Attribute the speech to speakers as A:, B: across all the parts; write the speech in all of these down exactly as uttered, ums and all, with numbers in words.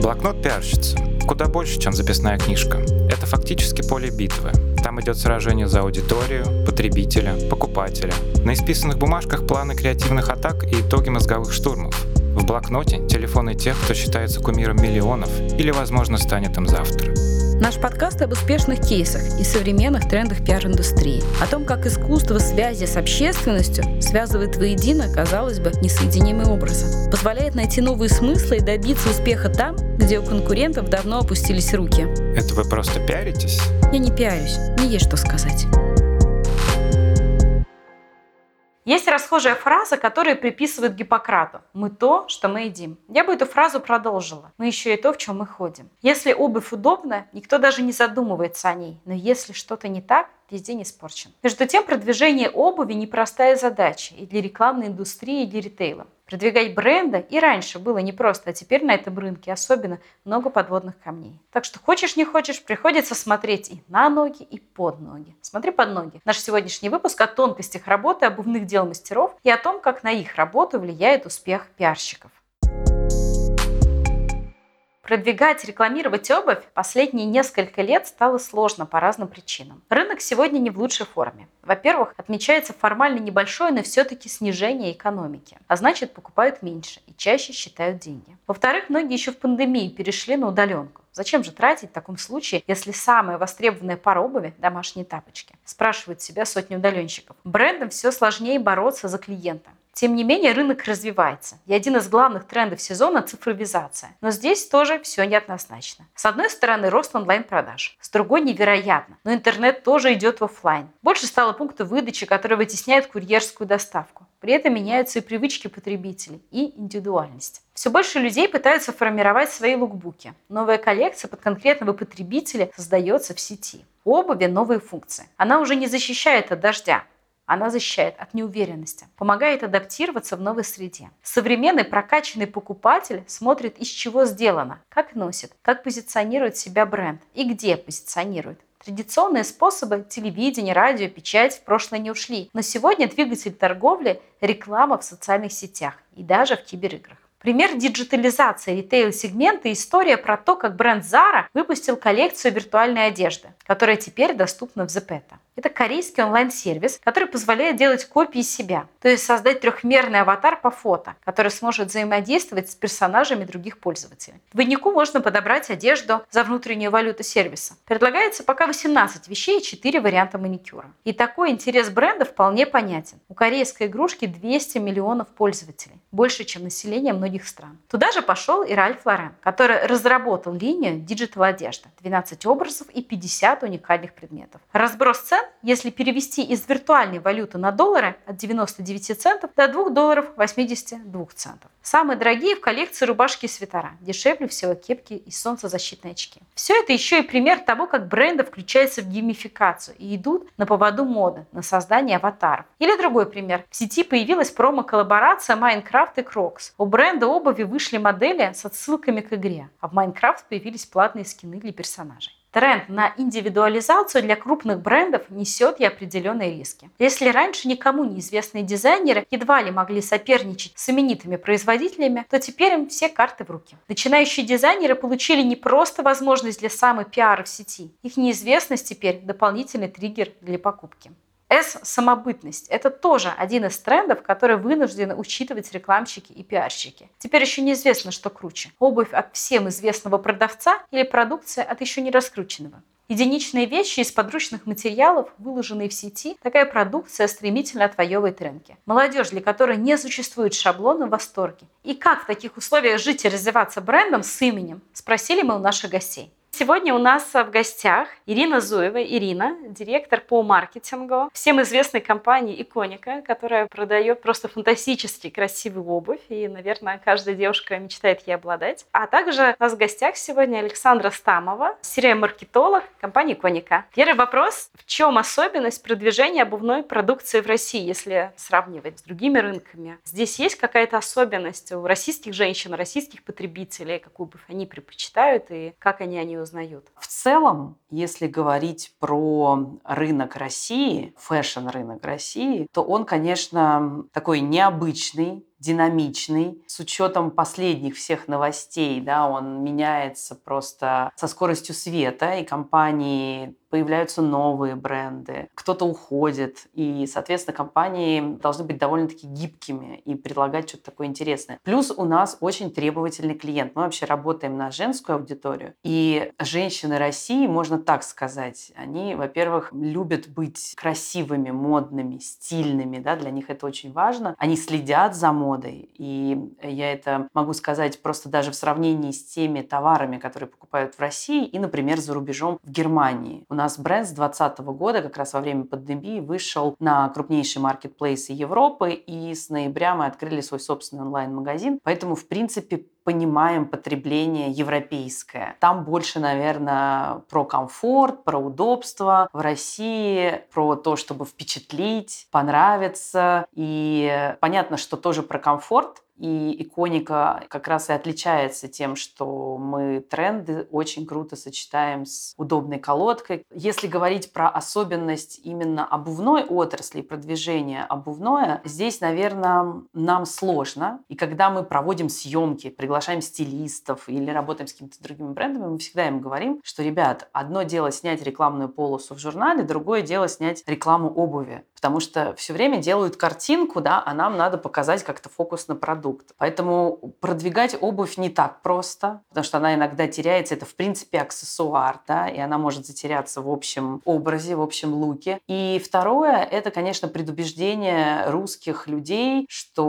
A: Блокнот пиарщицы куда больше, чем записная книжка. Это фактически поле битвы. Там идет сражение за аудиторию, потребителя, покупателя. На исписанных бумажках планы креативных атак и итоги мозговых штурмов. В блокноте телефоны тех, кто считается кумиром миллионов или, возможно, станет им завтра.
B: Наш подкаст об успешных кейсах и современных трендах пиар-индустрии. О том, как искусство связи с общественностью связывает воедино, казалось бы, несоединимые образы. Позволяет найти новые смыслы и добиться успеха там, где у конкурентов давно опустились руки.
A: Это вы просто пиаритесь?
B: Я не пиарюсь, мне есть что сказать.
C: Есть расхожая фраза, которую приписывают Гиппократу. «Мы то, что мы едим». Я бы эту фразу продолжила. Мы еще и то, в чем мы ходим. Если обувь удобна, никто даже не задумывается о ней. Но если что-то не так, весь день испорчен. Между тем, продвижение обуви – непростая задача и для рекламной индустрии, и для ритейла. Продвигать бренды и раньше было непросто, а теперь на этом рынке особенно много подводных камней. Так что хочешь не хочешь, приходится смотреть и на ноги, и под ноги. Смотри под ноги. Наш сегодняшний выпуск о тонкостях работы обувных дел мастеров и о том, как на их работу влияет успех пиарщиков. Продвигать, рекламировать обувь последние несколько лет стало сложно по разным причинам. Рынок сегодня не в лучшей форме. Во-первых, отмечается формально небольшое, но все-таки снижение экономики. А значит, покупают меньше и чаще считают деньги. Во-вторых, многие еще в пандемии перешли на удаленку. Зачем же тратить в таком случае, если самая востребованная пара обуви – домашние тапочки? Спрашивают себя сотни удаленщиков. Брендам все сложнее бороться за клиента. Тем не менее, рынок развивается. И один из главных трендов сезона – цифровизация. Но здесь тоже все неоднозначно. С одной стороны, рост онлайн-продаж. С другой – невероятно. Но интернет тоже идет в офлайн. Больше стало пунктов выдачи, которые вытесняют курьерскую доставку. При этом меняются и привычки потребителей, и индивидуальность. Все больше людей пытаются формировать свои лукбуки. Новая коллекция под конкретного потребителя создается в сети. У обуви новые функции. Она уже не защищает от дождя. Она защищает от неуверенности, помогает адаптироваться в новой среде. Современный прокачанный покупатель смотрит, из чего сделано, как носит, как позиционирует себя бренд и где позиционирует. Традиционные способы телевидения, радио, печать в прошлое не ушли, но сегодня двигатель торговли – реклама в социальных сетях и даже в кибериграх. Пример диджитализации ритейл-сегмента – история про то, как бренд Zara выпустил коллекцию виртуальной одежды, которая теперь доступна в Зепето. Это корейский онлайн-сервис, который позволяет делать копии себя, то есть создать трехмерный аватар по фото, который сможет взаимодействовать с персонажами других пользователей. В двойнику можно подобрать одежду за внутреннюю валюту сервиса. Предлагается пока восемнадцать вещей и четыре варианта маникюра. И такой интерес бренда вполне понятен. У корейской игрушки двести миллионов пользователей, больше, чем население многих стран. Туда же пошел и Ральф Лорен, который разработал линию диджитал-одежды, двенадцать образов и пятьдесят уникальных предметов. Разброс цен, если перевести из виртуальной валюты на доллары, от девяноста девяти центов до двух долларов восьмидесяти двух центов. Самые дорогие в коллекции рубашки и свитера. Дешевле всего кепки и солнцезащитные очки. Все это еще и пример того, как бренды включаются в геймификацию и идут на поводу моды, на создание аватаров. Или другой пример. В сети появилась промо-коллаборация Minecraft и Crocs. У бренда обуви вышли модели с отсылками к игре, а в Minecraft появились платные скины для персонажей. Тренд на индивидуализацию для крупных брендов несет и определенные риски. Если раньше никому неизвестные дизайнеры едва ли могли соперничать с именитыми производителями, то теперь им все карты в руки. Начинающие дизайнеры получили не просто возможность для самопиара в сети. Их неизвестность теперь дополнительный триггер для покупки. S-самобытность – это тоже один из трендов, который вынуждены учитывать рекламщики и пиарщики. Теперь еще неизвестно, что круче – обувь от всем известного продавца или продукция от еще не раскрученного. Единичные вещи из подручных материалов, выложенные в сети, такая продукция стремительно отвоевывает рынки. Молодежь, для которой не существует шаблона, в восторге. И как в таких условиях жить и развиваться брендом с именем, спросили мы у наших гостей. Сегодня у нас в гостях Ирина Зуева. Ирина, директор по маркетингу всем известной компании Иконика, которая продает просто фантастически красивую обувь. И, наверное, каждая девушка мечтает ей обладать. А также у нас в гостях сегодня Александра Стамова, си ар эм-маркетолог компании Иконика. Первый вопрос. В чем особенность продвижения обувной продукции в России, если сравнивать с другими рынками? Здесь есть какая-то особенность у российских женщин, российских потребителей, какую обувь они предпочитают и как они о ней узнают?
D: В целом, если говорить про рынок России, фэшн-рынок России, то он, конечно, такой необычный, динамичный. С учетом последних всех новостей, да, он меняется просто со скоростью света, и компании появляются новые бренды, кто-то уходит, и, соответственно, компании должны быть довольно-таки гибкими и предлагать что-то такое интересное. Плюс у нас очень требовательный клиент. Мы вообще работаем на женскую аудиторию, и женщины России, можно так сказать, они, во-первых, любят быть красивыми, модными, стильными, да, для них это очень важно. Они следят за модой, и я это могу сказать просто даже в сравнении с теми товарами, которые покупают в России и, например, за рубежом в Германии. У нас У нас бренд с две тысячи двадцатого года, как раз во время пандемии, вышел на крупнейшие маркетплейсы Европы, и с ноября мы открыли свой собственный онлайн-магазин. Поэтому, в принципе, понимаем потребление европейское. Там больше, наверное, про комфорт, про удобство. В России про то, чтобы впечатлить, понравиться. И понятно, что тоже про комфорт. И иконика как раз и отличается тем, что мы тренды очень круто сочетаем с удобной колодкой. Если говорить про особенность именно обувной отрасли, продвижение обувное, здесь, наверное, нам сложно. И когда мы проводим съемки, приглашаем стилистов или работаем с какими-то другими брендами, мы всегда им говорим, что, ребят, одно дело снять рекламную полосу в журнале, другое дело снять рекламу обуви. Потому что все время делают картинку, да, а нам надо показать как-то фокус на продукт. Поэтому продвигать обувь не так просто, потому что она иногда теряется. Это, в принципе, аксессуар, да, и она может затеряться в общем образе, в общем луке. И второе, это, конечно, предубеждение русских людей,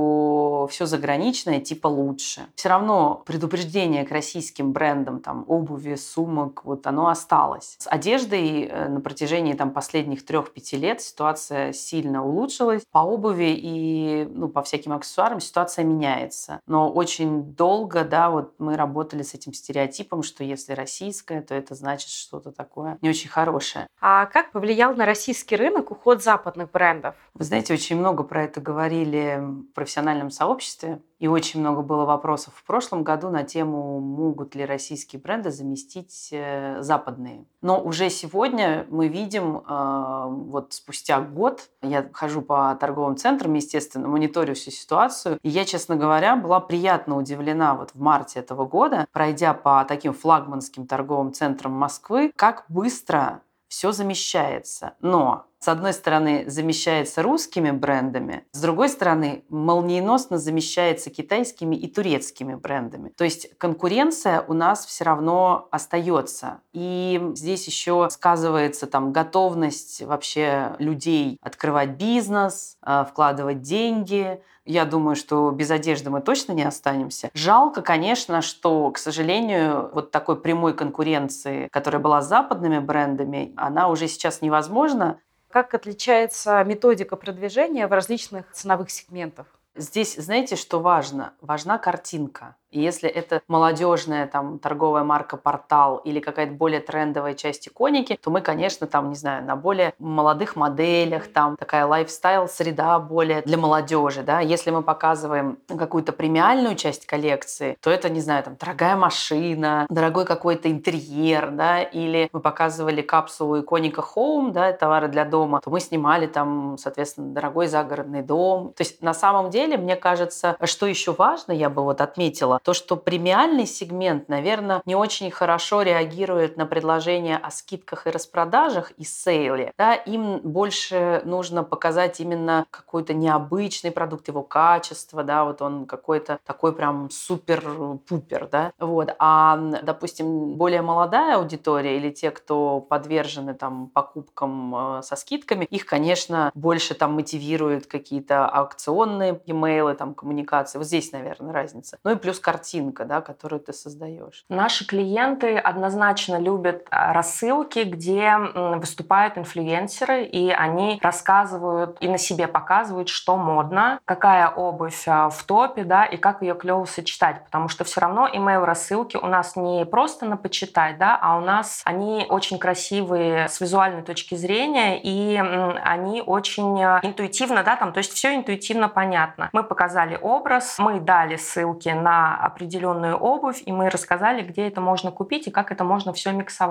D: что все заграничное типа лучше. Все равно предубеждение к российским брендам, там, обуви, сумок, вот оно осталось. С одеждой на протяжении там, последних трех-пяти лет ситуация сильно улучшилась. По обуви и ну, по всяким аксессуарам ситуация меняется. Но очень долго, да, вот мы работали с этим стереотипом, что если российское, то это значит что-то такое не очень хорошее.
C: А как повлиял на российский рынок уход западных брендов?
D: Вы знаете, очень много про это говорили в профессиональном сообществе. И очень много было вопросов в прошлом году на тему, могут ли российские бренды заместить э, западные. Но уже сегодня мы видим, э, вот спустя год, я хожу по торговым центрам, естественно, мониторю всю ситуацию, и я, честно говоря, была приятно удивлена вот в марте этого года, пройдя по таким флагманским торговым центрам Москвы, как быстро все замещается. Но с одной стороны, замещается русскими брендами, с другой стороны, молниеносно замещается китайскими и турецкими брендами. То есть конкуренция у нас все равно остается. И здесь еще сказывается там, готовность вообще людей открывать бизнес, вкладывать деньги. Я думаю, что без одежды мы точно не останемся. Жалко, конечно, что, к сожалению, вот такой прямой конкуренции, которая была с западными брендами, она уже сейчас невозможна.
C: Как отличается методика продвижения в различных ценовых сегментах?
D: Здесь, знаете, что важно? Важна картинка. И если это молодежная там, торговая марка «Портал» или какая-то более трендовая часть иконики, то мы, конечно, там, не знаю, на более молодых моделях, там такая лайфстайл-среда более для молодежи. Да? Если мы показываем какую-то премиальную часть коллекции, то это, не знаю, там, дорогая машина, дорогой какой-то интерьер, да? Или мы показывали капсулу иконика Home, да, товары для дома, то мы снимали там, соответственно, дорогой загородный дом. То есть на самом деле, мне кажется, что еще важно, я бы вот отметила, то, что премиальный сегмент, наверное, не очень хорошо реагирует на предложения о скидках и распродажах и сейле. Да, им больше нужно показать именно какой-то необычный продукт, его качество, да, вот он какой-то такой прям супер-пупер, да, вот. А, допустим, более молодая аудитория или те, кто подвержены там покупкам со скидками, их, конечно, больше там мотивируют какие-то аукционные имейлы, там, коммуникации. Вот здесь, наверное, разница. Ну и плюс картинка, да, которую ты создаешь.
E: Наши клиенты однозначно любят рассылки, где выступают инфлюенсеры, и они рассказывают и на себе показывают, что модно, какая обувь в топе, да, и как ее клево сочетать. Потому что все равно email-рассылки у нас не просто на почитать, да, а у нас они очень красивые с визуальной точки зрения, и они очень интуитивно, да, там, то есть все интуитивно понятно. Мы показали образ, мы дали ссылки на определенную обувь, и мы рассказали, где это можно купить и как это можно все миксовать.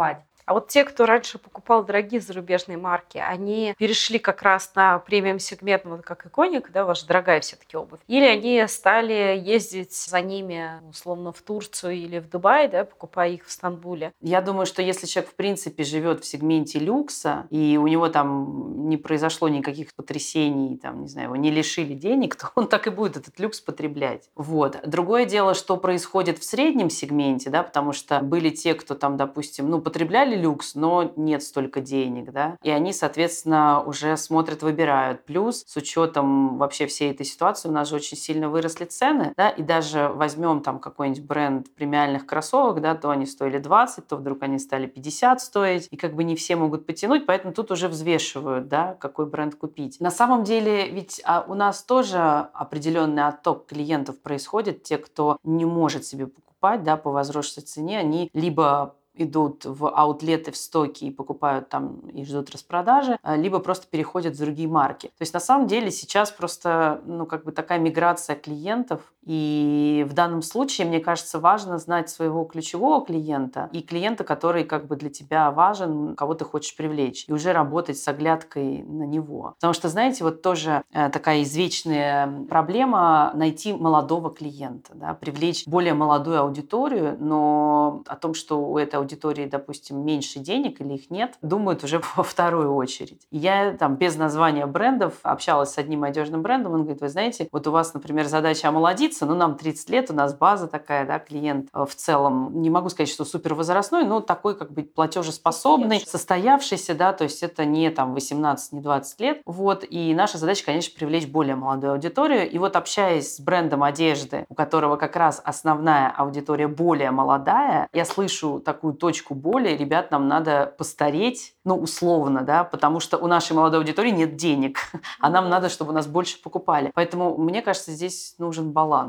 C: А вот те, кто раньше покупал дорогие зарубежные марки, они перешли как раз на премиум-сегмент, вот как Iconic, да, ваша дорогая все-таки обувь, или они стали ездить за ними, условно, в Турцию или в Дубай, да, покупая их в Стамбуле?
D: Я думаю, что если человек, в принципе, живет в сегменте люкса, и у него там не произошло никаких потрясений, там, не знаю, его не лишили денег, то он так и будет этот люкс потреблять. Вот. Другое дело, что происходит в среднем сегменте, да, потому что были те, кто там, допустим, ну, потребляли люкс, но нет столько денег, да, и они, соответственно, уже смотрят, выбирают. Плюс, с учетом вообще всей этой ситуации, у нас же очень сильно выросли цены, да, и даже возьмем там какой-нибудь бренд премиальных кроссовок, да, то они стоили двадцать, то вдруг они стали пятьдесят стоить, и как бы не все могут потянуть, поэтому тут уже взвешивают, да, какой бренд купить. На самом деле, ведь а, у нас тоже определенный отток клиентов происходит, те, кто не может себе покупать, да, по возросшей цене, они либо идут в аутлеты, в стоки и покупают там и ждут распродажи, либо просто переходят в другие марки. То есть на самом деле сейчас просто, ну, как бы такая миграция клиентов, и в данном случае, мне кажется, важно знать своего ключевого клиента и клиента, который как бы для тебя важен, кого ты хочешь привлечь, и уже работать с оглядкой на него. Потому что, знаете, вот тоже такая извечная проблема найти молодого клиента, да, привлечь более молодую аудиторию, но о том, что у этой аудитории, допустим, меньше денег или их нет, думают уже во вторую очередь. Я там без названия брендов общалась с одним одежным брендом, он говорит, вы знаете, вот у вас, например, задача омолодиться, ну, нам тридцать лет, у нас база такая, да, клиент в целом, не могу сказать, что супер возрастной, но такой как бы платежеспособный, состоявшийся, да, то есть это не там восемнадцать, не двадцать лет, вот, и наша задача, конечно, привлечь более молодую аудиторию, и вот общаясь с брендом одежды, у которого как раз основная аудитория более молодая, я слышу такую точку боли, ребят, нам надо постареть, ну, условно, да, потому что у нашей молодой аудитории нет денег, а нам надо, чтобы нас больше покупали. Поэтому, мне кажется, здесь нужен баланс.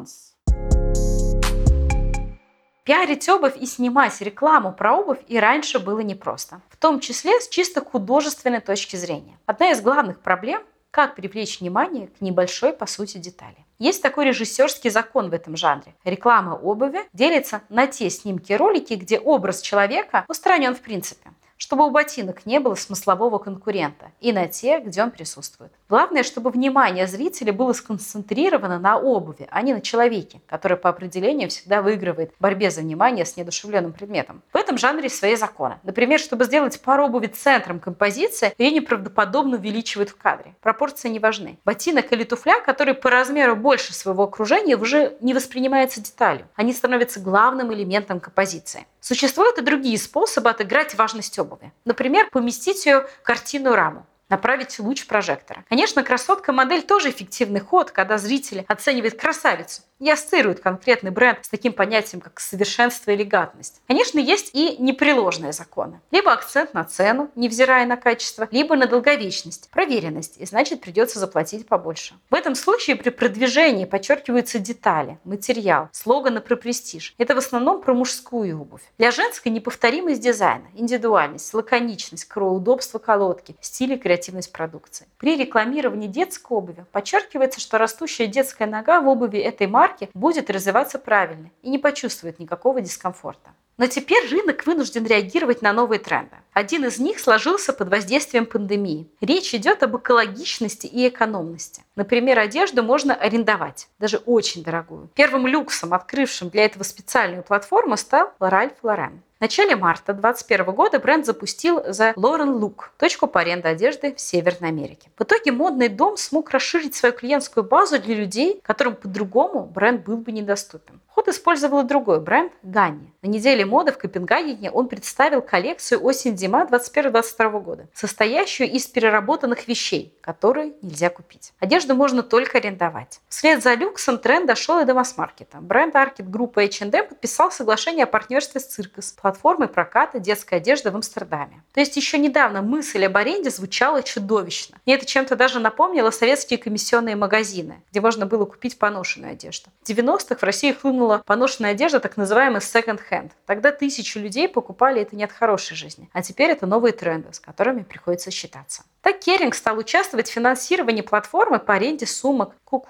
C: Пиарить обувь и снимать рекламу про обувь и раньше было непросто, в том числе с чисто художественной точки зрения. Одна из главных проблем – как привлечь внимание к небольшой, по сути, детали. Есть такой режиссерский закон в этом жанре. Реклама обуви делится на те снимки и ролики, где образ человека устранен в принципе, чтобы у ботинок не было смыслового конкурента, и на те, где он присутствует. Главное, чтобы внимание зрителя было сконцентрировано на обуви, а не на человеке, который по определению всегда выигрывает в борьбе за внимание с неодушевленным предметом. В этом жанре свои законы. Например, чтобы сделать пару обуви центром композиции, ее неправдоподобно увеличивают в кадре. Пропорции не важны. Ботинок или туфля, который по размеру больше своего окружения, уже не воспринимается деталью. Они становятся главным элементом композиции. Существуют и другие способы отыграть важность обуви. Например, поместить ее в картинную раму, направить луч прожектора. Конечно, красотка-модель тоже эффективный ход, когда зрители оценивают красавицу и ассоциируют конкретный бренд с таким понятием, как совершенство и элегантность. Конечно, есть и непреложные законы. Либо акцент на цену, невзирая на качество, либо на долговечность, проверенность, и значит придется заплатить побольше. В этом случае при продвижении подчеркиваются детали, материал, слоганы про престиж. Это в основном про мужскую обувь. Для женской неповторимость дизайна, индивидуальность, лаконичность, крой, удобство колодки, стиль и креативность продукции. При рекламировании детской обуви подчеркивается, что растущая детская нога в обуви этой марки будет развиваться правильно и не почувствует никакого дискомфорта. Но теперь рынок вынужден реагировать на новые тренды. Один из них сложился под воздействием пандемии. Речь идет об экологичности и экономности. Например, одежду можно арендовать, даже очень дорогую. Первым люксом, открывшим для этого специальную платформу, стал Ральф Лорен. В начале марта две тысячи двадцать первого года бренд запустил The Lauren Look, точку по аренде одежды в Северной Америке. В итоге модный дом смог расширить свою клиентскую базу для людей, которым по-другому бренд был бы недоступен. Ход использовал и другой бренд Ганни. На неделе моды в Копенгагене он представил коллекцию осень-зима двадцать первого двадцать второго года, состоящую из переработанных вещей, которые нельзя купить. Одежду можно только арендовать. Вслед за люксом тренд дошел и до масс-маркета. Бренд Аркет группы эйч энд эм подписал соглашение о партнерстве с Циркос, платформой проката детской одежды в Амстердаме. То есть еще недавно мысль об аренде звучала чудовищно. Мне это чем-то даже напомнило советские комиссионные магазины, где можно было купить поношенную одежду. В девяностых в России хлынула поношенная одежда, так называемый second-hand. Тогда тысячи людей покупали это не от хорошей жизни. А теперь это новые тренды, с которыми приходится считаться. Так Керинг стал участвовать в финансировании платформы по аренде сумок Cocoon.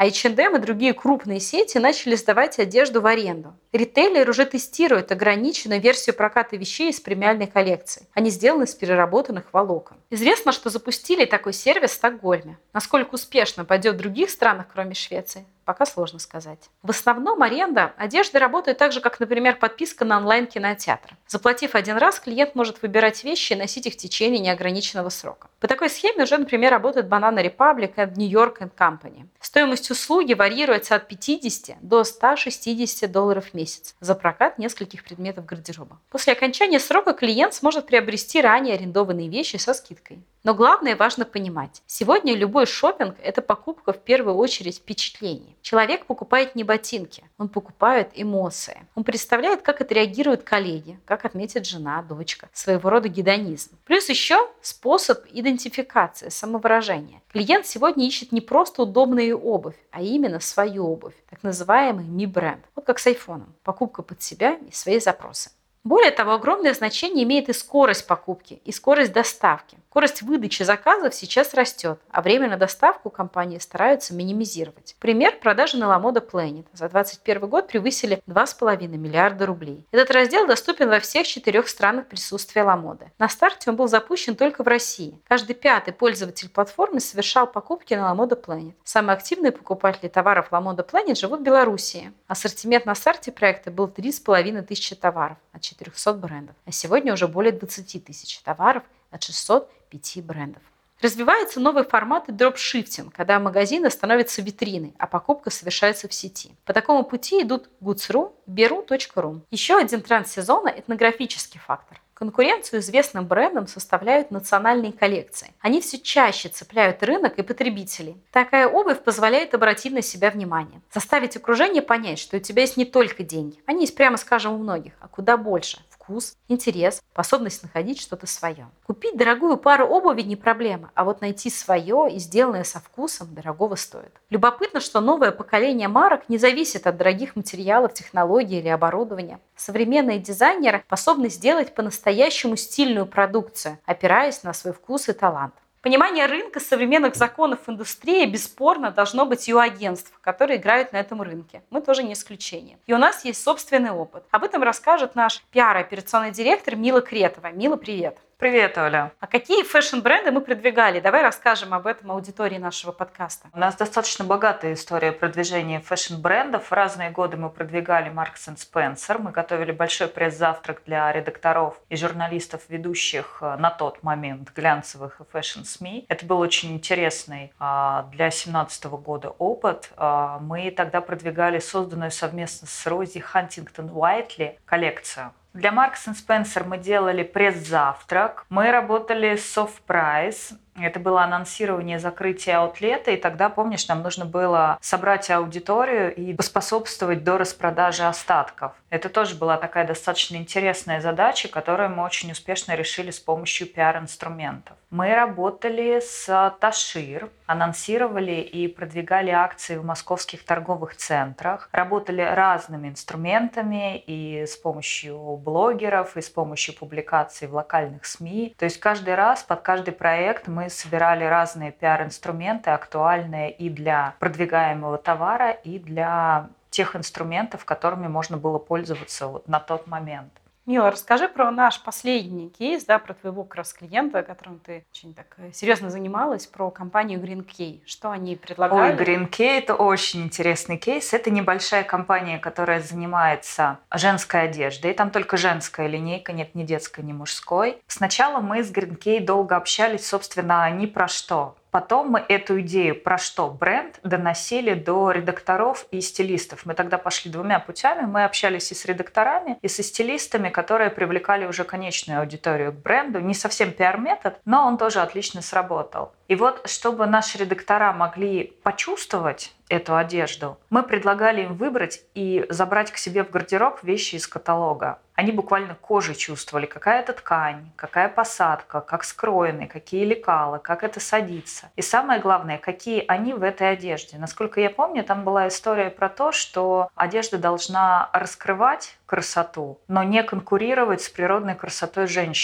C: А эйч энд эм и другие крупные сети начали сдавать одежду в аренду. Ритейлер уже тестирует ограниченную версию проката вещей из премиальной коллекции. Они сделаны из переработанных волокон. Известно, что запустили такой сервис в Стокгольме. Насколько успешно пойдет в других странах, кроме Швеции, пока сложно сказать. В основном аренда одежды работает так же, как, например, подписка на онлайн-кинотеатр. Заплатив один раз, клиент может выбирать вещи и носить их в течение неограниченного срока. По такой схеме уже, например, работает Banana Republic и New York энд Company. Стоимость услуги варьируется от пятидесяти до ста шестидесяти долларов в месяц за прокат нескольких предметов гардероба. После окончания срока клиент сможет приобрести ранее арендованные вещи со скидкой. Но главное важно понимать. Сегодня любой шопинг – это покупка в первую очередь впечатлений. Человек покупает не ботинки, он покупает эмоции. Он представляет, как отреагируют коллеги, как отметит жена, дочка. Своего рода гедонизм. Плюс еще способ идентификации, самовыражения. Клиент сегодня ищет не просто удобную обувь, а именно свою обувь, так называемый ми-бренд. Вот как с айфоном. Покупка под себя и свои запросы. Более того, огромное значение имеет и скорость покупки, и скорость доставки. Скорость выдачи заказов сейчас растет, а время на доставку компании стараются минимизировать. Пример: продажи на LaModa Planet за две тысячи двадцать первый год превысили два с половиной миллиарда рублей. Этот раздел доступен во всех четырех странах присутствия LaModa. На старте он был запущен только в России. Каждый пятый пользователь платформы совершал покупки на LaModa Planet. Самые активные покупатели товаров LaModa Planet живут в Беларуси. Ассортимент на старте проекта был три с половиной тысячи товаров от четырехсот брендов, а сегодня уже более двадцати тысяч товаров от шестисот пяти брендов. Развиваются новые форматы дропшифтинг, когда магазины становятся витриной, а покупка совершается в сети. По такому пути идут гудс точка ру, беру точка ру. Еще один тренд сезона – этнографический фактор. Конкуренцию известным брендам составляют национальные коллекции. Они все чаще цепляют рынок и потребителей. Такая обувь позволяет обратить на себя внимание. Заставить окружение понять, что у тебя есть не только деньги. Они есть, прямо скажем, у многих, а куда больше. Вкус, интерес, способность находить что-то свое. Купить дорогую пару обуви не проблема, а вот найти свое и сделанное со вкусом дорогого стоит. Любопытно, что новое поколение марок не зависит от дорогих материалов, технологий или оборудования. Современные дизайнеры способны сделать по-настоящему стильную продукцию, опираясь на свой вкус и талант. Понимание рынка, современных законов индустрии бесспорно должно быть и у агентств, которые играют на этом рынке. Мы тоже не исключение. И у нас есть собственный опыт. Об этом расскажет наш пиар-операционный директор Мила Кретова. Мила, привет!
F: Привет, Оля.
C: А какие фэшн-бренды мы продвигали? Давай расскажем об этом аудитории нашего подкаста.
F: У нас достаточно богатая история продвижения фэшн-брендов. В разные годы мы продвигали Marks энд Spencer. Мы готовили большой пресс-завтрак для редакторов и журналистов, ведущих на тот момент глянцевых и фэшн-СМИ. Это был очень интересный для две тысячи семнадцатого года опыт. Мы тогда продвигали созданную совместно с Рози Хантингтон Уайтли коллекцию. Для Marks энд Spencer мы делали пресс-завтрак, мы работали с Off-Price. Это было анонсирование закрытия аутлета, и тогда, помнишь, нам нужно было собрать аудиторию и поспособствовать до распродажи остатков. Это тоже была такая достаточно интересная задача, которую мы очень успешно решили с помощью пиар-инструментов. Мы работали с Ташир, анонсировали и продвигали акции в московских торговых центрах, работали разными инструментами и с помощью блогеров, и с помощью публикаций в локальных СМИ. То есть каждый раз под каждый проект мы Мы собирали разные пиар-инструменты, актуальные и для продвигаемого товара, и для тех инструментов, которыми можно было пользоваться вот на тот момент.
C: Мила, расскажи про наш последний кейс, да, про твоего как раз клиента, которым ты очень так серьезно занималась, про компанию Green Key. Что они предлагали?
F: Ой, Green Key – это очень интересный кейс. Это небольшая компания, которая занимается женской одеждой. Там только женская линейка, нет ни детской, ни мужской. Сначала мы с Green Key долго общались, собственно, ни про что. Потом мы эту идею про что бренд доносили до редакторов и стилистов. Мы тогда пошли двумя путями. Мы общались и с редакторами, и со стилистами, которые привлекали уже конечную аудиторию к бренду. Не совсем пиар-метод, но он тоже отлично сработал. И вот, чтобы наши редактора могли почувствовать эту одежду, мы предлагали им выбрать и забрать к себе в гардероб вещи из каталога. Они буквально кожей чувствовали, какая это ткань, какая посадка, как скроены, какие лекала, как это садится. И самое главное, какие они в этой одежде. Насколько я помню, там была история про то, что одежда должна раскрывать красоту, но не конкурировать с природной красотой женщины.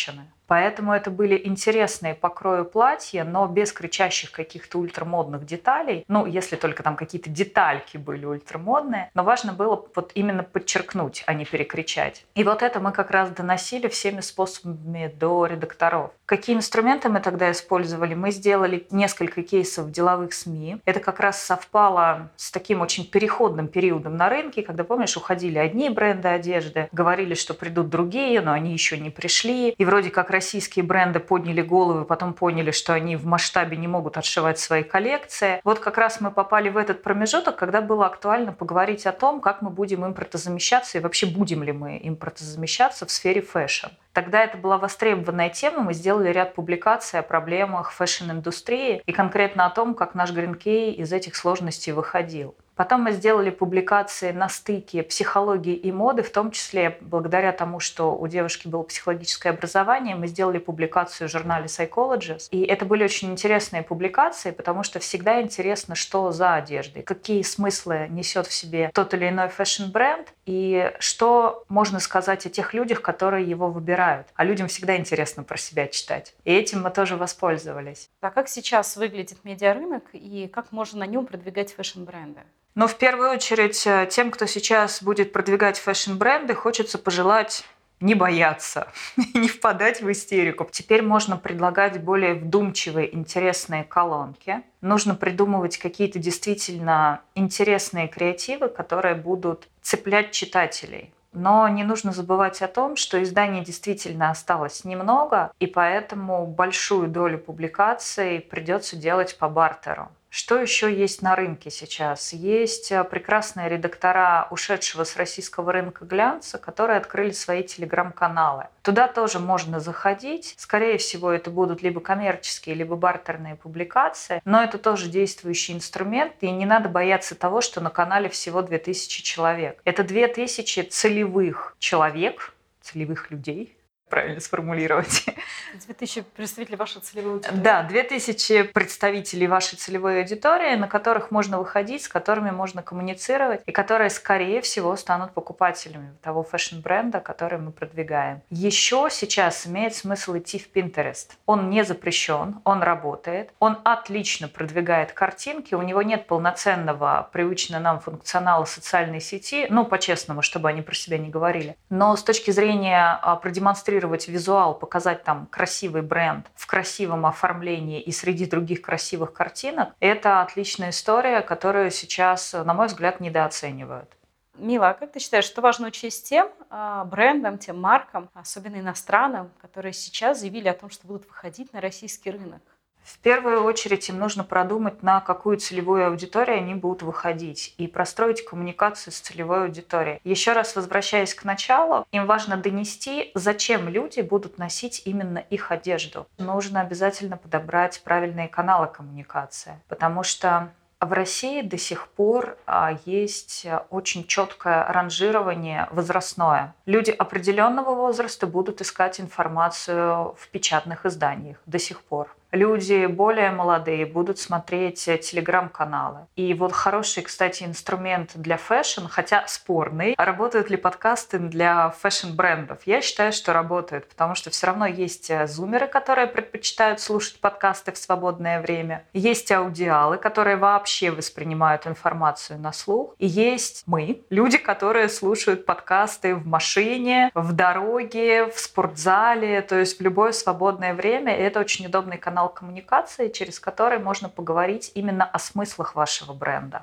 F: Поэтому это были интересные по крою платья, но без кричащих каких-то ультрамодных деталей. Ну, если только там какие-то детальки были ультрамодные. Но важно было вот именно подчеркнуть, а не перекричать. И вот это мы как раз доносили всеми способами до редакторов. Какие инструменты мы тогда использовали? Мы сделали несколько кейсов в деловых СМИ. Это как раз совпало с таким очень переходным периодом на рынке, когда, помнишь, уходили одни бренды одежды, говорили, что придут другие, но они еще не пришли. И вроде как российские бренды подняли головы, потом поняли, что они в масштабе не могут отшивать свои коллекции. Вот как раз мы попали в этот промежуток, когда было актуально поговорить о том, как мы будем импортозамещаться и вообще будем ли мы импортозамещаться в сфере фэшн. Тогда это была востребованная тема, мы сделали ряд публикаций о проблемах фэшн-индустрии и конкретно о том, как наш Грин-Кей из этих сложностей выходил. Потом мы сделали публикации на стыке психологии и моды, в том числе благодаря тому, что у девушки было психологическое образование, мы сделали публикацию в журнале Psychologist. И это были очень интересные публикации, потому что всегда интересно, что за одеждой, какие смыслы несет в себе тот или иной фэшн-бренд, и что можно сказать о тех людях, которые его выбирают. А людям всегда интересно про себя читать. И этим мы тоже воспользовались.
C: А как сейчас выглядит медиарынок и как можно на нем продвигать фэшн-бренды?
F: Но в первую очередь тем, кто сейчас будет продвигать фэшн-бренды, хочется пожелать не бояться, не впадать в истерику. Теперь можно предлагать более вдумчивые, интересные колонки. Нужно придумывать какие-то действительно интересные креативы, которые будут цеплять читателей. Но не нужно забывать о том, что изданий действительно осталось немного, и поэтому большую долю публикаций придется делать по бартеру. Что еще есть на рынке сейчас? Есть прекрасные редактора ушедшего с российского рынка глянца, которые открыли свои телеграм-каналы. Туда тоже можно заходить. Скорее всего, это будут либо коммерческие, либо бартерные публикации, но это тоже действующий инструмент, и не надо бояться того, что на канале всего две тысячи человек. Это две тысячи целевых человек, целевых людей, правильно сформулировать.
C: две тысячи представителей вашей целевой аудитории.
F: Да, две тысячи представителей вашей целевой аудитории, на которых можно выходить, с которыми можно коммуницировать, и которые, скорее всего, станут покупателями того фэшн-бренда, который мы продвигаем. Еще сейчас имеет смысл идти в Pinterest. Он не запрещен, он работает, он отлично продвигает картинки, у него нет полноценного, привычного нам функционала социальной сети, ну, по-честному, чтобы они про себя не говорили. Но с точки зрения продемонстрировать визуал, показать там красивый бренд в красивом оформлении и среди других красивых картинок, это отличная история, которую сейчас, на мой взгляд, недооценивают.
C: Мила, а как ты считаешь, что важно учесть тем брендам, тем маркам, особенно иностранным, которые сейчас заявили о том, что будут выходить на российский рынок?
F: В первую очередь им нужно продумать, на какую целевую аудиторию они будут выходить, и простроить коммуникацию с целевой аудиторией. Еще раз возвращаясь к началу, им важно донести, зачем люди будут носить именно их одежду. Нужно обязательно подобрать правильные каналы коммуникации, потому что в России до сих пор есть очень четкое ранжирование возрастное. Люди определенного возраста будут искать информацию в печатных изданиях до сих пор. Люди более молодые будут смотреть телеграм-каналы. И вот хороший, кстати, инструмент для фэшн, хотя спорный. Работают ли подкасты для фэшн-брендов? Я считаю, что работают, потому что все равно есть зумеры, которые предпочитают слушать подкасты в свободное время. Есть аудиалы, которые вообще воспринимают информацию на слух. И есть мы, люди, которые слушают подкасты в машине, в дороге, в спортзале, то есть в любое свободное время. И это очень удобный канал коммуникации, через который можно поговорить именно о смыслах вашего бренда.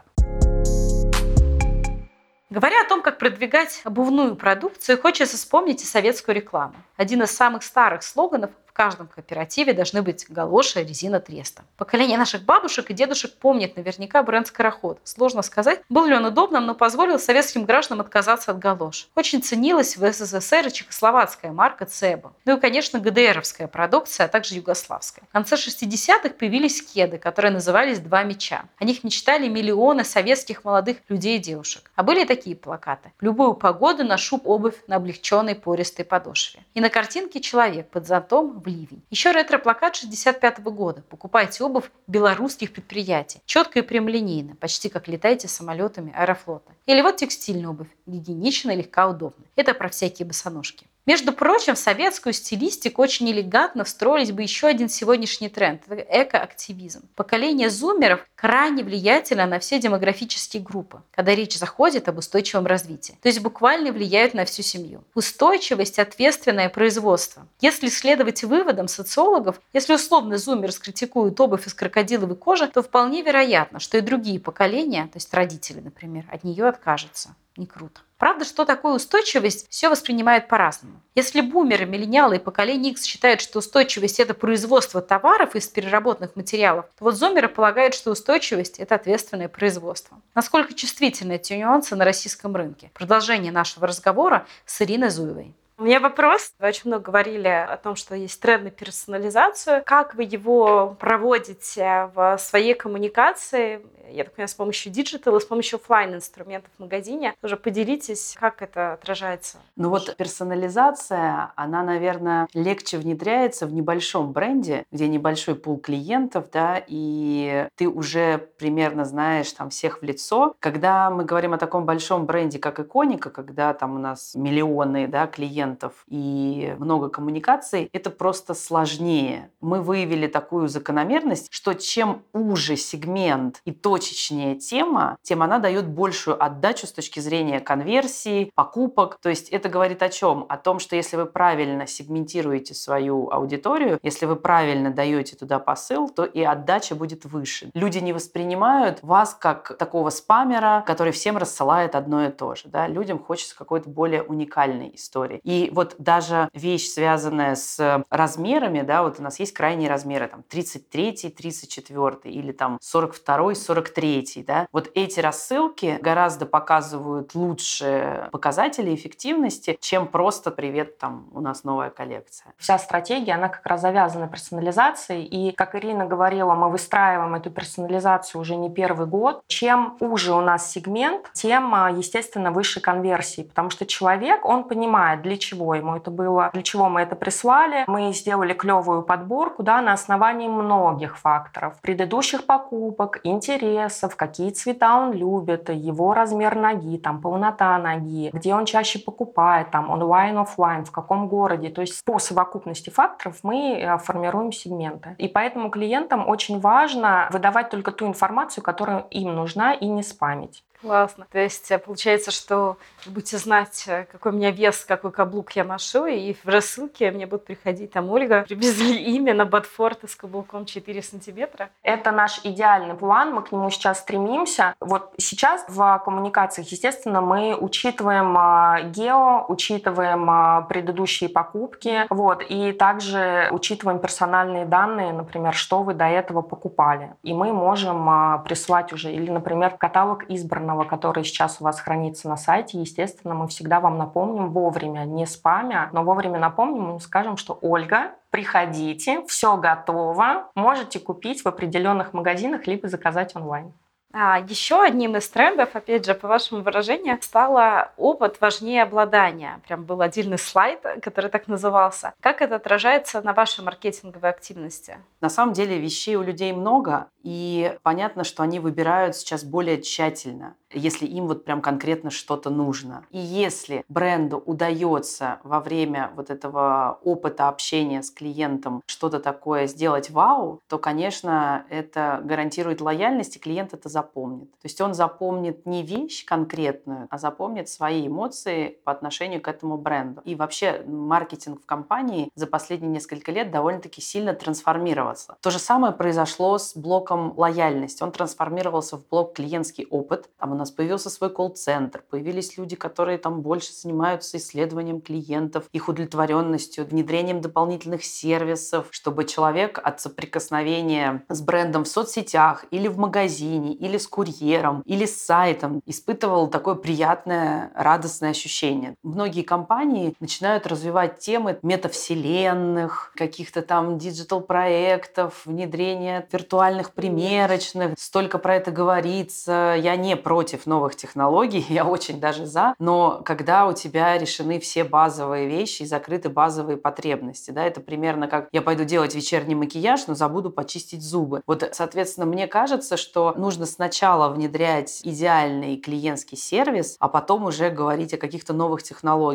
C: Говоря о том, как продвигать обувную продукцию, хочется вспомнить и советскую рекламу. Один из самых старых слоганов: в каждом кооперативе должны быть галоши, резина, треста. Поколение наших бабушек и дедушек помнит наверняка бренд «Скороход». Сложно сказать, был ли он удобным, но позволил советским гражданам отказаться от галош. Очень ценилась в СССР и чехословацкая марка «Цеба». Ну и, конечно, ГДРовская продукция, а также югославская. В конце шестидесятых появились кеды, которые назывались «Два меча». О них мечтали миллионы советских молодых людей и девушек. А были такие плакаты: «В любую погоду ношу обувь на облегченной пористой подошве». И на картинке человек под зонтом в ливень. Еще ретро-плакат шестьдесят пятого года. Покупайте обувь белорусских предприятий. Четко и прямолинейно, почти как летаете самолетами Аэрофлота. Или вот текстильная обувь. Гигиенична, легка, удобна. Это про всякие босоножки. Между прочим, в советскую стилистику очень элегантно встроились бы еще один сегодняшний тренд – это экоактивизм. Поколение зумеров крайне влиятельно на все демографические группы, когда речь заходит об устойчивом развитии. То есть буквально влияют на всю семью. Устойчивость – ответственное производство. Если следовать выводам социологов, если условно зумер скритикует обувь из крокодиловой кожи, то вполне вероятно, что и другие поколения, то есть родители, например, от нее откажутся. Не круто. Правда, что такое устойчивость, все воспринимают по-разному. Если бумеры, миллениалы и поколение X считают, что устойчивость – это производство товаров из переработанных материалов, то вот зумеры полагают, что устойчивость – это ответственное производство. Насколько чувствительны эти нюансы на российском рынке? Продолжение нашего разговора с Ириной Зуевой.
G: У меня вопрос. Вы очень много говорили о том, что есть тренд на персонализацию. Как вы его проводите в своей коммуникации? Я так понимаю, с помощью диджитала, с помощью офлайн инструментов в магазине. Тоже поделитесь, как это отражается.
D: Ну вот персонализация, она, наверное, легче внедряется в небольшом бренде, где небольшой пул клиентов, да, и ты уже примерно знаешь там всех в лицо. Когда мы говорим о таком большом бренде, как Иконика, когда там у нас миллионы, да, клиентов и много коммуникаций, это просто сложнее. Мы выявили такую закономерность, что чем уже сегмент и то, точечнее тема, тем она дает большую отдачу с точки зрения конверсии, покупок. То есть это говорит о чем? О том, что если вы правильно сегментируете свою аудиторию, если вы правильно даете туда посыл, то и отдача будет выше. Люди не воспринимают вас как такого спамера, который всем рассылает одно и то же. Да? Людям хочется какой-то более уникальной истории. И вот даже вещь, связанная с размерами, да, вот у нас есть крайние размеры, там тридцать третий, тридцать четвёртый или там сорок второй, сорок третий, да, вот эти рассылки гораздо показывают лучше показатели эффективности, чем просто «Привет, там у нас новая коллекция».
E: Вся стратегия, она как раз завязана на персонализации, и, как Ирина говорила, мы выстраиваем эту персонализацию уже не первый год. Чем уже у нас сегмент, тем, естественно, выше конверсии, потому что человек, он понимает, для чего ему это было, для чего мы это прислали. Мы сделали клевую подборку, да, на основании многих факторов, предыдущих покупок, интересов, какие цвета он любит, его размер ноги, там, полнота ноги, где он чаще покупает, там, онлайн, офлайн, в каком городе. То есть по совокупности факторов мы формируем сегменты. И поэтому клиентам очень важно выдавать только ту информацию, которая им нужна, и не спамить.
G: Классно. То есть получается, что вы будете знать, какой у меня вес, какой каблук я ношу, и в рассылке мне будут приходить там: Ольга, привезли именно Ботфорты с каблуком четыре сантиметра.
E: Это наш идеальный план, мы к нему сейчас стремимся. Вот сейчас в коммуникациях, естественно, мы учитываем гео, учитываем предыдущие покупки, вот, и также учитываем персональные данные, например, что вы до этого покупали. И мы можем прислать уже, или, например, каталог избранного, который сейчас у вас хранится на сайте. Естественно, мы всегда вам напомним вовремя, не спамя, но вовремя напомним и скажем, что Ольга, приходите, все готово, можете купить в определенных магазинах либо заказать онлайн.
G: А еще одним из трендов, опять же, по вашему выражению, стало опыт важнее обладания. Прям был отдельный слайд, который так назывался. Как это отражается на вашей маркетинговой активности?
D: На самом деле вещей у людей много, и понятно, что они выбирают сейчас более тщательно, если им вот прям конкретно что-то нужно. И если бренду удается во время вот этого опыта общения с клиентом что-то такое сделать вау, то, конечно, это гарантирует лояльность, и клиент это запомнит. То есть он запомнит не вещь конкретную, а запомнит свои эмоции по отношению к этому бренду. И вообще маркетинг в компании за последние несколько лет довольно-таки сильно трансформировался. То же самое произошло с блоком лояльности. Он трансформировался в блок клиентский опыт. Там у нас появился свой колл-центр, появились люди, которые там больше занимаются исследованием клиентов, их удовлетворенностью, внедрением дополнительных сервисов, чтобы человек от соприкосновения с брендом в соцсетях или в магазине, или с курьером, или с сайтом испытывал такое приятное, радостное ощущение. Многие компании начинают развивать темы метавселенных, каких-то там диджитал-проектов, внедрения виртуальных примерочных. Столько про это говорится. Я не против новых технологий, я очень даже за, но когда у тебя решены все базовые вещи и закрыты базовые потребности, да, это примерно как я пойду делать вечерний макияж, но забуду почистить зубы. Вот, соответственно, мне кажется, что нужно сначала внедрять идеальный клиентский сервис, а потом уже говорить о каких-то новых технологиях.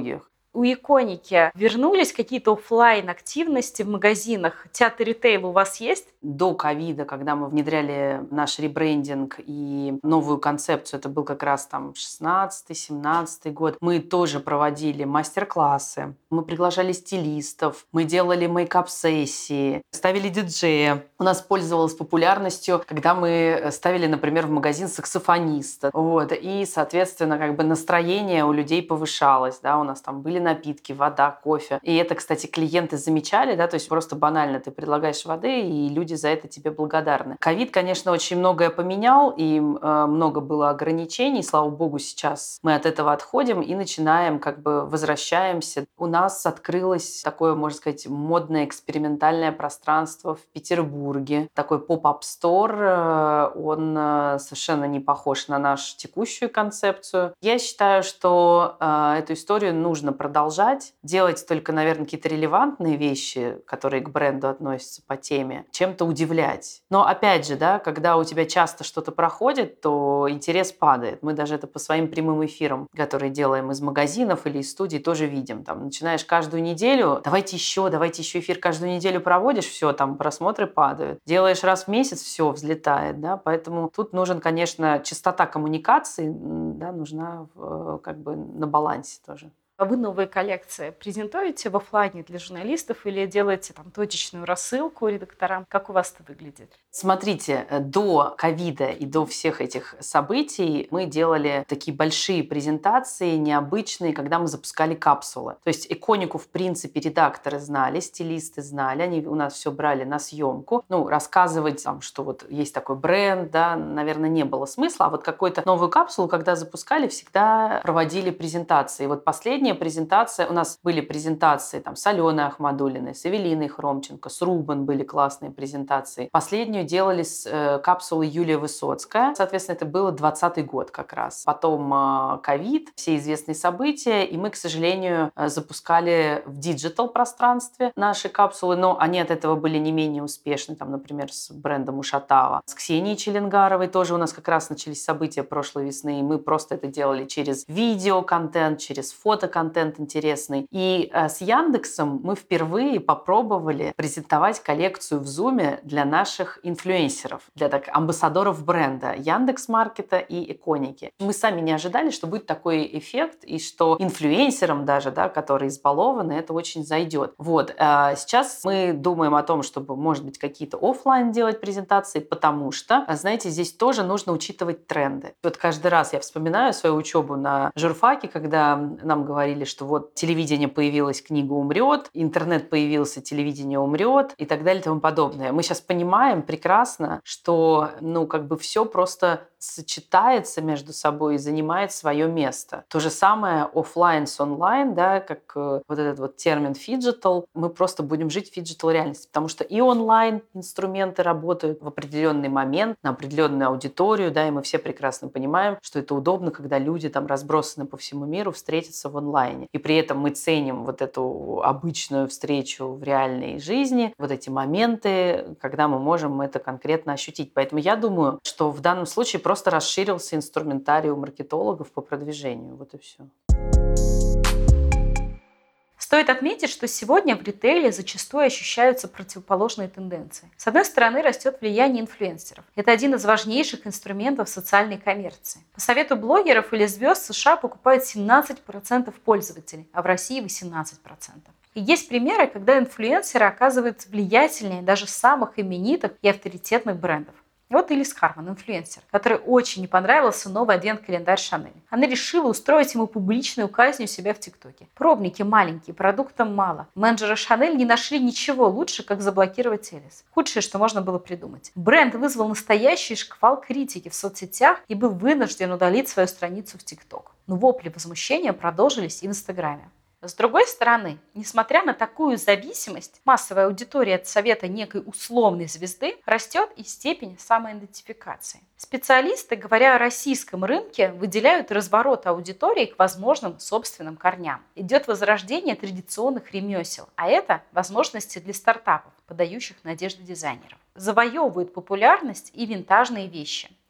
G: У Иконики вернулись какие-то офлайн активности в магазинах? Театр ритейла у вас есть?
D: До ковида, когда мы внедряли наш ребрендинг и новую концепцию, это был как раз там шестнадцатый-семнадцатый год, мы тоже проводили мастер-классы, мы приглашали стилистов, мы делали мейкап-сессии, ставили диджея. У нас пользовалась популярностью, когда мы ставили, например, в магазин саксофониста. Вот. И, соответственно, как бы настроение у людей повышалось. Да? У нас там были напитки, вода, кофе. И это, кстати, клиенты замечали, да, то есть просто банально ты предлагаешь воды, и люди за это тебе благодарны. Ковид, конечно, очень многое поменял, и э, много было ограничений. Слава богу, сейчас мы от этого отходим и начинаем, как бы возвращаемся. У нас открылось такое, можно сказать, модное экспериментальное пространство в Петербурге. Такой поп-ап стор. Э, он э, совершенно не похож на нашу текущую концепцию. Я считаю, что э, эту историю нужно продолжать, делать только, наверное, какие-то релевантные вещи, которые к бренду относятся по теме, чем-то удивлять. Но опять же, да, когда у тебя часто что-то проходит, то интерес падает. Мы даже это по своим прямым эфирам, которые делаем из магазинов или из студий, тоже видим. Там начинаешь каждую неделю, давайте еще, давайте еще эфир каждую неделю проводишь, все, там просмотры падают. Делаешь раз в месяц, все, взлетает, да, поэтому тут нужен, конечно, частота коммуникации, да, нужна как бы на балансе тоже.
G: А вы новые коллекции презентуете в офлайне для журналистов или делаете там точечную рассылку редакторам? Как у вас это выглядит?
D: Смотрите, до ковида и до всех этих событий мы делали такие большие презентации, необычные, когда мы запускали капсулы. То есть Иконику, в принципе, редакторы знали, стилисты знали, они у нас все брали на съемку. Ну, рассказывать, там, что вот есть такой бренд, да, наверное, не было смысла. А вот какую-то новую капсулу, когда запускали, всегда проводили презентации. И вот последняя презентация, у нас были презентации там, с Аленой Ахмадуллиной, с Эвелиной Хромченко, с Рубан были классные презентации. Последнюю делали с э, капсулой Юлия Высоцкая. Соответственно, это был двадцатый год как раз. Потом ковид, э, все известные события, и мы, к сожалению, э, запускали в диджитал-пространстве наши капсулы, но они от этого были не менее успешны. Там, например, с брендом Ушатава. С Ксенией Челенгаровой тоже у нас как раз начались события прошлой весны, и мы просто это делали через видеоконтент, через фотоконтент, контент интересный. И э, с Яндексом мы впервые попробовали презентовать коллекцию в Зуме для наших инфлюенсеров, для так, амбассадоров бренда Яндекс.Маркета и Иконики. Мы сами не ожидали, что будет такой эффект, и что инфлюенсерам даже, да, которые избалованы, это очень зайдет. Вот. А сейчас мы думаем о том, чтобы, может быть, какие-то офлайн делать презентации, потому что, знаете, здесь тоже нужно учитывать тренды. Вот каждый раз я вспоминаю свою учебу на журфаке, когда нам говорили, что вот телевидение появилось, книга умрет, интернет появился, телевидение умрет и так далее и тому подобное. Мы сейчас понимаем прекрасно, что ну, как бы все просто сочетается между собой и занимает свое место. То же самое офлайн с онлайн, да, как э, вот этот вот термин фиджитал, мы просто будем жить в фиджитал реальности, потому что и онлайн инструменты работают в определенный момент на определенную аудиторию, да, и мы все прекрасно понимаем, что это удобно, когда люди там разбросаны по всему миру встретятся в онлайне. И при этом мы ценим вот эту обычную встречу в реальной жизни, вот эти моменты, когда мы можем это конкретно ощутить. Поэтому я думаю, что в данном случае просто расширился инструментарий у маркетологов по продвижению. Вот и все.
C: Стоит отметить, что сегодня в ритейле зачастую ощущаются противоположные тенденции. С одной стороны, растет влияние инфлюенсеров. Это один из важнейших инструментов социальной коммерции. По совету блогеров или звезд в США покупают семнадцать процентов пользователей, а в России восемнадцать процентов. И есть примеры, когда инфлюенсеры оказываются влиятельнее даже самых именитых и авторитетных брендов. Вот Элис Харман, инфлюенсер, которой очень не понравился новый адвент-календарь Шанель. Она решила устроить ему публичную казнь у себя в ТикТоке. Пробники маленькие, продуктов мало. Менеджеры Шанель не нашли ничего лучше, как заблокировать Элис. Худшее, что можно было придумать. Бренд вызвал настоящий шквал критики в соцсетях и был вынужден удалить свою страницу в ТикТок. Но вопли возмущения продолжились и в Инстаграме. С другой стороны, несмотря на такую зависимость, массовая аудитория от совета некой условной звезды растет и степень самоидентификации. Специалисты, говоря о российском рынке, выделяют разворот аудитории к возможным собственным корням. Идет возрождение традиционных ремесел, а это возможности для стартапов, подающих надежды дизайнеров. Завоевывают популярность и винтажные вещи.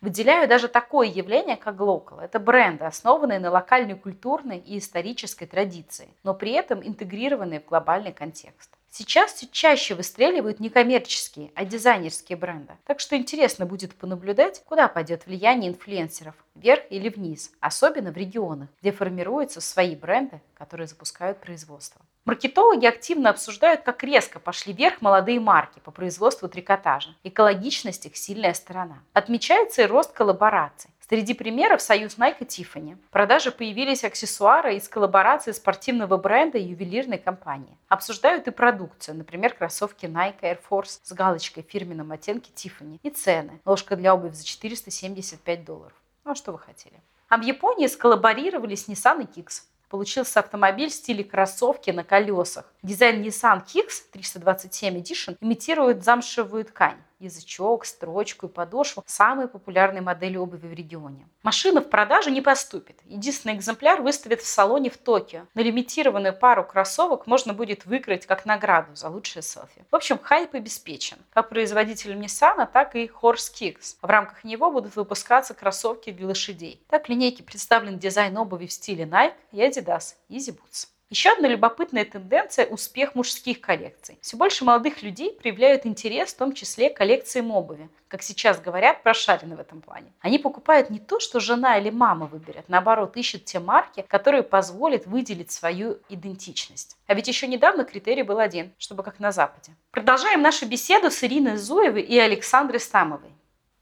C: Выделяю даже такое явление, как локал. Это бренды, основанные на локальной культурной и исторической традиции, но при этом интегрированные в глобальный контекст. Сейчас все чаще выстреливают не коммерческие, а дизайнерские бренды. Так что интересно будет понаблюдать, куда пойдет влияние инфлюенсеров, вверх или вниз, особенно в регионах, где формируются свои бренды, которые запускают производство. Маркетологи активно обсуждают, как резко пошли вверх молодые марки по производству трикотажа. Экологичность их сильная сторона. Отмечается и рост коллабораций. Среди примеров союз Nike и Tiffany. В продаже появились аксессуары из коллаборации спортивного бренда и ювелирной компании. Обсуждают и продукцию, например, кроссовки Nike Air Force с галочкой в фирменном оттенке Tiffany. И цены. Ложка для обуви за четыреста семьдесят пять долларов. Ну а что вы хотели? А в Японии сколлаборировали с Nissan и Kicks. Получился автомобиль в стиле кроссовки на колесах. Дизайн Nissan Kicks триста двадцать семь Edition имитирует замшевую ткань. Язычок, строчку и подошву – самые популярные модели обуви в регионе. Машина в продажу не поступит. Единственный экземпляр выставят в салоне в Токио. На лимитированную пару кроссовок можно будет выиграть как награду за лучшее селфи. В общем, хайп обеспечен. Как производителем Nissan, так и Horse Kicks. В рамках него будут выпускаться кроссовки для лошадей. Так в линейке представлен дизайн обуви в стиле Nike и Adidas Easy Boots. Еще одна любопытная тенденция – успех мужских коллекций. Все больше молодых людей проявляют интерес, в том числе к коллекциям обуви. Как сейчас говорят, прошарены в этом плане. Они покупают не то, что жена или мама выберет, наоборот, ищут те марки, которые позволят выделить свою идентичность. А ведь еще недавно критерий был один, чтобы как на Западе. Продолжаем нашу беседу с Ириной Зуевой и Александрой Стамовой.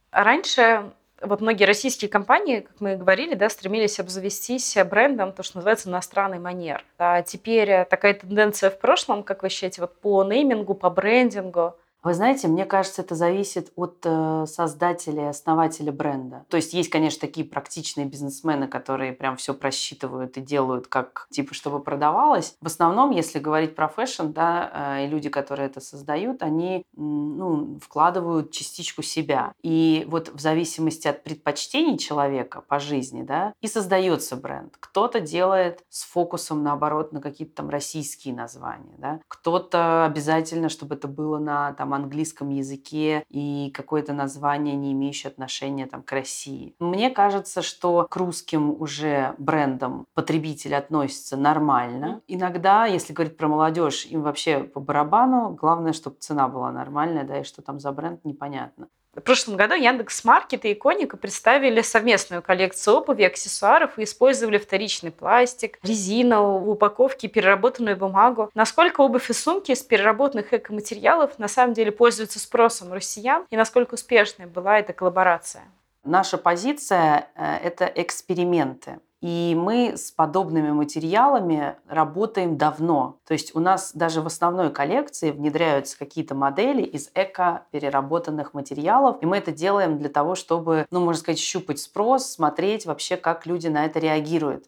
C: Раньше вот многие российские компании, как мы и говорили, да, стремились обзавестись брендом, то, что называется, иностранный манер. А теперь такая тенденция в прошлом, как вы считаете, вот по неймингу, по брендингу?
D: Вы знаете, мне кажется, это зависит от э, создателя и основателя бренда. То есть есть, конечно, такие практичные бизнесмены, которые прям все просчитывают и делают как, типа, чтобы продавалось. В основном, если говорить про фэшн, да, э, и люди, которые это создают, они ну, вкладывают частичку себя. И вот в зависимости от предпочтений человека по жизни, да, и создается бренд. Кто-то делает с фокусом, наоборот, на какие-то там российские названия, да. Кто-то обязательно, чтобы это было на там, английском языке и какое-то название, не имеющее отношения там, к России. Мне кажется, что к русским уже брендам потребитель относится нормально. Иногда, если говорить про молодежь, им вообще по барабану. Главное, чтобы цена была нормальная, да, и что там за бренд, непонятно.
G: В прошлом году Яндекс.Маркет и Иконика представили совместную коллекцию обуви, аксессуаров и использовали вторичный пластик, резину, в упаковке переработанную бумагу. Насколько обувь и сумки из переработанных экоматериалов на самом деле пользуются спросом россиян и насколько успешной была эта коллаборация?
D: Наша позиция – это эксперименты. И мы с подобными материалами работаем давно. То есть у нас даже в основной коллекции внедряются какие-то модели из эко-переработанных материалов. И мы это делаем для того, чтобы, ну, можно сказать, щупать спрос, смотреть вообще, как люди на это реагируют.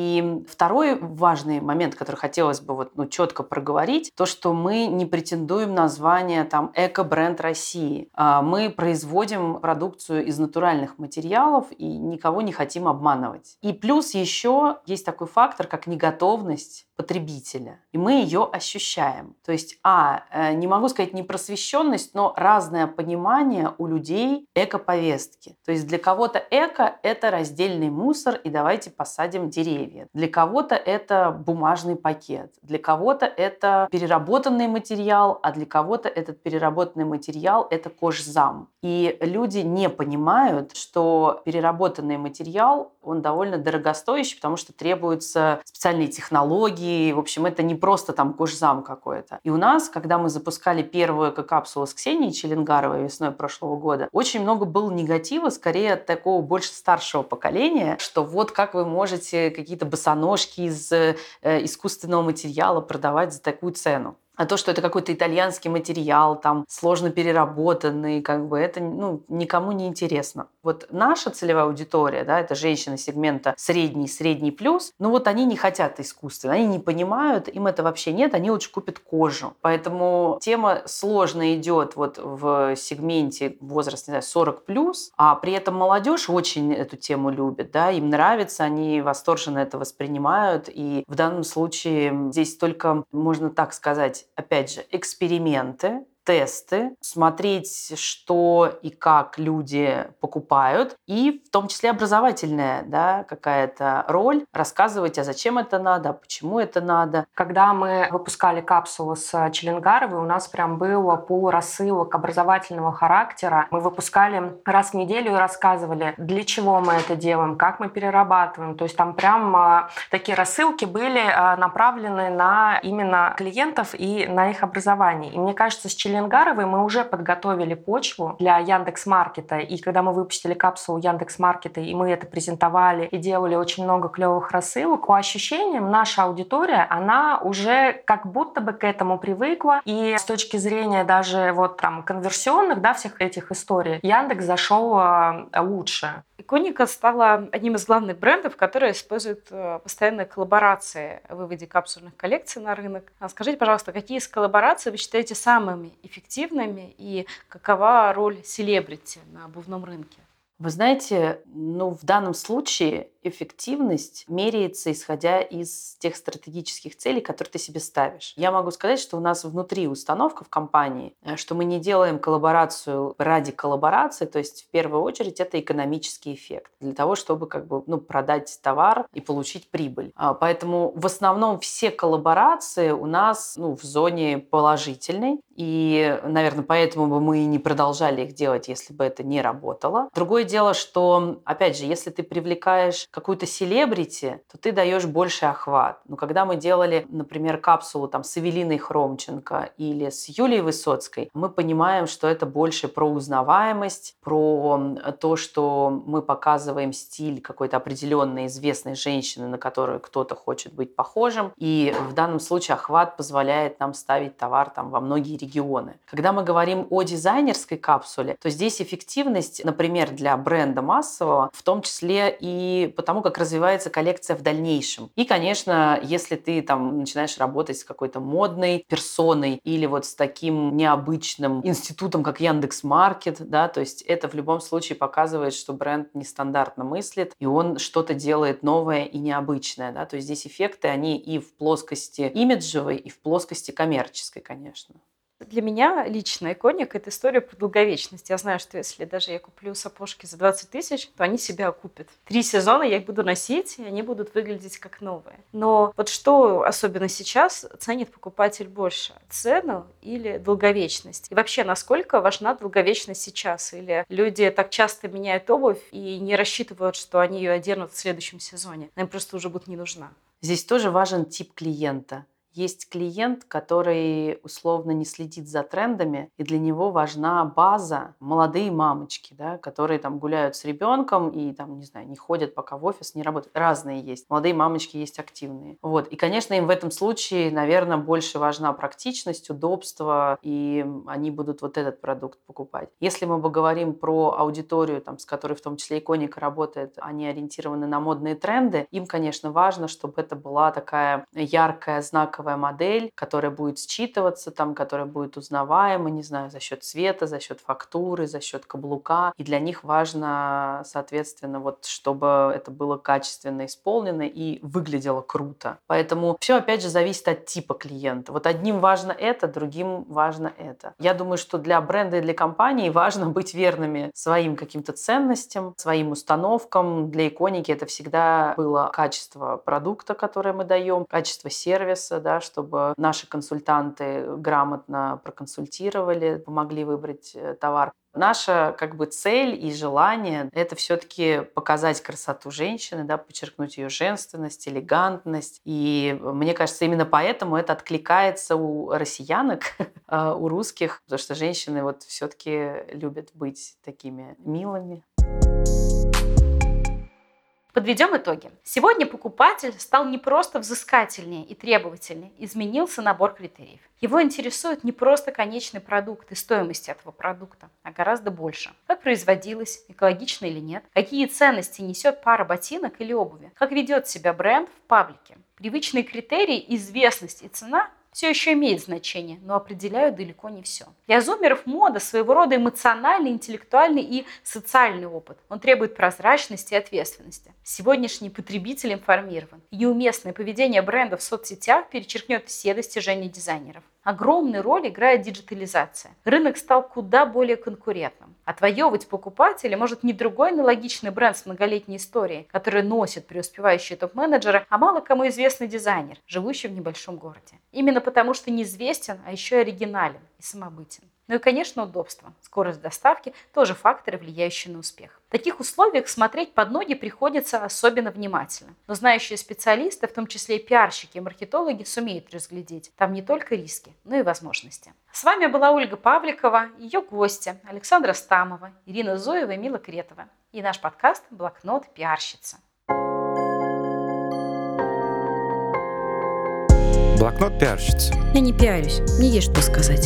D: И второй важный момент, который хотелось бы вот, ну, четко проговорить, то, что мы не претендуем на звание там, эко-бренд России. Мы производим продукцию из натуральных материалов и никого не хотим обманывать. И плюс еще есть такой фактор, как неготовность потребителя. И мы ее ощущаем. То есть, а, не могу сказать непросвещенность, но разное понимание у людей эко-повестки. То есть для кого-то эко – это раздельный мусор, и давайте посадим деревья. Для кого-то это бумажный пакет. Для кого-то это переработанный материал, а для кого-то этот переработанный материал – это кожзам. И люди не понимают, что переработанный материал, он довольно дорогостоящий, потому что требуются специальные технологии. В общем, это не просто там кожзам какой-то. И у нас, когда мы запускали первую эко-капсулу с Ксенией Челенгаровой весной прошлого года, очень много было негатива, скорее от такого больше старшего поколения, что вот как вы можете какие-то босоножки из э, искусственного материала продавать за такую цену. А то, что это какой-то итальянский материал, там, сложно переработанный, как бы это ну, никому не интересно. Вот наша целевая аудитория, да, это женщины сегмента средний, средний плюс, но вот они не хотят искусства, они не понимают, им это вообще нет, они лучше купят кожу. Поэтому тема сложно идет вот в сегменте возраста, не знаю, сорок плюс, а при этом молодежь очень эту тему любит, да, им нравится, они восторженно это воспринимают, и в данном случае здесь только, можно так сказать, опять же, эксперименты, тесты, смотреть, что и как люди покупают, и в том числе образовательная, да, какая-то роль, рассказывать, а зачем это надо, а почему это надо.
E: Когда мы выпускали капсулу с Челенгаровой, у нас прям был пул рассылок образовательного характера. Мы выпускали раз в неделю и рассказывали, для чего мы это делаем, как мы перерабатываем. То есть там прям а, такие рассылки были а, направлены на именно клиентов и на их образование. И мне кажется, с Челенгаровой мы уже подготовили почву для Яндекс.Маркета. И когда мы выпустили капсулу Яндекс.Маркета, и мы это презентовали, и делали очень много клевых рассылок, по ощущениям наша аудитория, она уже как будто бы к этому привыкла. И с точки зрения даже вот там конверсионных, да, всех этих историй, Яндекс зашел а, лучше.
G: Иконика стала одним из главных брендов, которые используют постоянные коллаборации в выводе капсульных коллекций на рынок. А скажите, пожалуйста, какие из коллабораций вы считаете самыми эффективными и какова роль селебрити на обувном рынке?
D: Вы знаете, ну, в данном случае эффективность меряется, исходя из тех стратегических целей, которые ты себе ставишь. Я могу сказать, что у нас внутри установка в компании, что мы не делаем коллаборацию ради коллаборации, то есть в первую очередь это экономический эффект, для того, чтобы как бы, ну, продать товар и получить прибыль. Поэтому в основном все коллаборации у нас, ну, в зоне положительной, и, наверное, поэтому бы мы и не продолжали их делать, если бы это не работало. Другое дело, что, опять же, если ты привлекаешь какую-то селебрити, то ты даешь больше охват. Но когда мы делали, например, капсулу там, с Эвелиной Хромченко или с Юлией Высоцкой, мы понимаем, что это больше про узнаваемость, про то, что мы показываем стиль какой-то определенной известной женщины, на которую кто-то хочет быть похожим. И в данном случае охват позволяет нам ставить товар там, во многие регионы. Когда мы говорим о дизайнерской капсуле, то здесь эффективность, например, для бренда массового, в том числе и потому, как развивается коллекция в дальнейшем. И, конечно, если ты там начинаешь работать с какой-то модной персоной или вот с таким необычным институтом, как Яндекс.Маркет, да, то есть это в любом случае показывает, что бренд нестандартно мыслит, и он что-то делает новое и необычное, да, то есть здесь эффекты, они и в плоскости имиджевой, и в плоскости коммерческой, конечно.
G: Для меня лично иконик – это история про долговечность. Я знаю, что если даже я куплю сапожки за двадцать тысяч, то они себя окупят. Три сезона я их буду носить, и они будут выглядеть как новые. Но вот что особенно сейчас ценит покупатель больше? Цену или долговечность? И вообще, насколько важна долговечность сейчас? Или люди так часто меняют обувь и не рассчитывают, что они ее оденут в следующем сезоне? Она им просто уже будет не нужна.
D: Здесь тоже важен тип клиента. Есть клиент, который условно не следит за трендами, и для него важна база, молодые мамочки, да, которые там гуляют с ребенком и там, не знаю, не ходят пока в офис, не работают. Разные есть. Молодые мамочки есть активные. Вот. И, конечно, им в этом случае, наверное, больше важна практичность, удобство, и они будут вот этот продукт покупать. Если мы поговорим про аудиторию, там, с которой в том числе Иконика работает, они ориентированы на модные тренды, им, конечно, важно, чтобы это была такая яркая, знаковая модель, которая будет считываться, там, которая будет узнаваема, не знаю, за счет цвета, за счет фактуры, за счет каблука. И для них важно, соответственно, вот, чтобы это было качественно исполнено и выглядело круто. Поэтому все, опять же, зависит от типа клиента. Вот одним важно это, другим важно это. Я думаю, что для бренда и для компании важно быть верными своим каким-то ценностям, своим установкам. Для Иконики это всегда было качество продукта, которое мы даем, качество сервиса, да, чтобы наши консультанты грамотно проконсультировали, помогли выбрать товар. Наша как бы цель и желание – это все-таки показать красоту женщины, да, подчеркнуть ее женственность, элегантность. И мне кажется, именно поэтому это откликается у россиянок, у русских, потому что женщины вот все-таки любят быть такими милыми.
C: Подведем итоги. Сегодня покупатель стал не просто взыскательнее и требовательнее, изменился набор критериев. Его интересует не просто конечный продукт и стоимость этого продукта, а гораздо больше. Как производилось, экологично или нет, какие ценности несет пара ботинок или обуви, как ведет себя бренд в паблике. Привычные критерии, известность и цена все еще имеет значение, но определяют далеко не все. Для зумеров мода своего рода эмоциональный, интеллектуальный и социальный опыт. Он требует прозрачности и ответственности. Сегодняшний потребитель информирован. Неуместное поведение бренда в соцсетях перечеркнет все достижения дизайнеров. Огромную роль играет диджитализация. Рынок стал куда более конкурентным. Отвоевывать покупателя может не другой аналогичный бренд с многолетней историей, который носит преуспевающие топ-менеджеры, а мало кому известный дизайнер, живущий в небольшом городе. Именно потому, что неизвестен, а еще и оригинален и самобытен. Ну и, конечно, удобство. Скорость доставки – тоже факторы, влияющие на успех. В таких условиях смотреть под ноги приходится особенно внимательно. Но знающие специалисты, в том числе и пиарщики и маркетологи, сумеют разглядеть там не только риски, но и возможности. С вами была Ольга Павликова, ее гости Александра Стамова, Ирина Зоева и Мила Кретова. И наш подкаст «Блокнот пиарщицы».
A: Блокнот пиарщицы.
B: Я не пиарюсь, мне есть что сказать.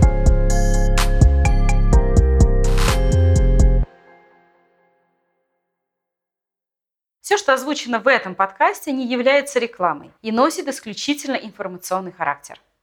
C: Все, что озвучено в этом подкасте, не является рекламой и носит исключительно информационный характер.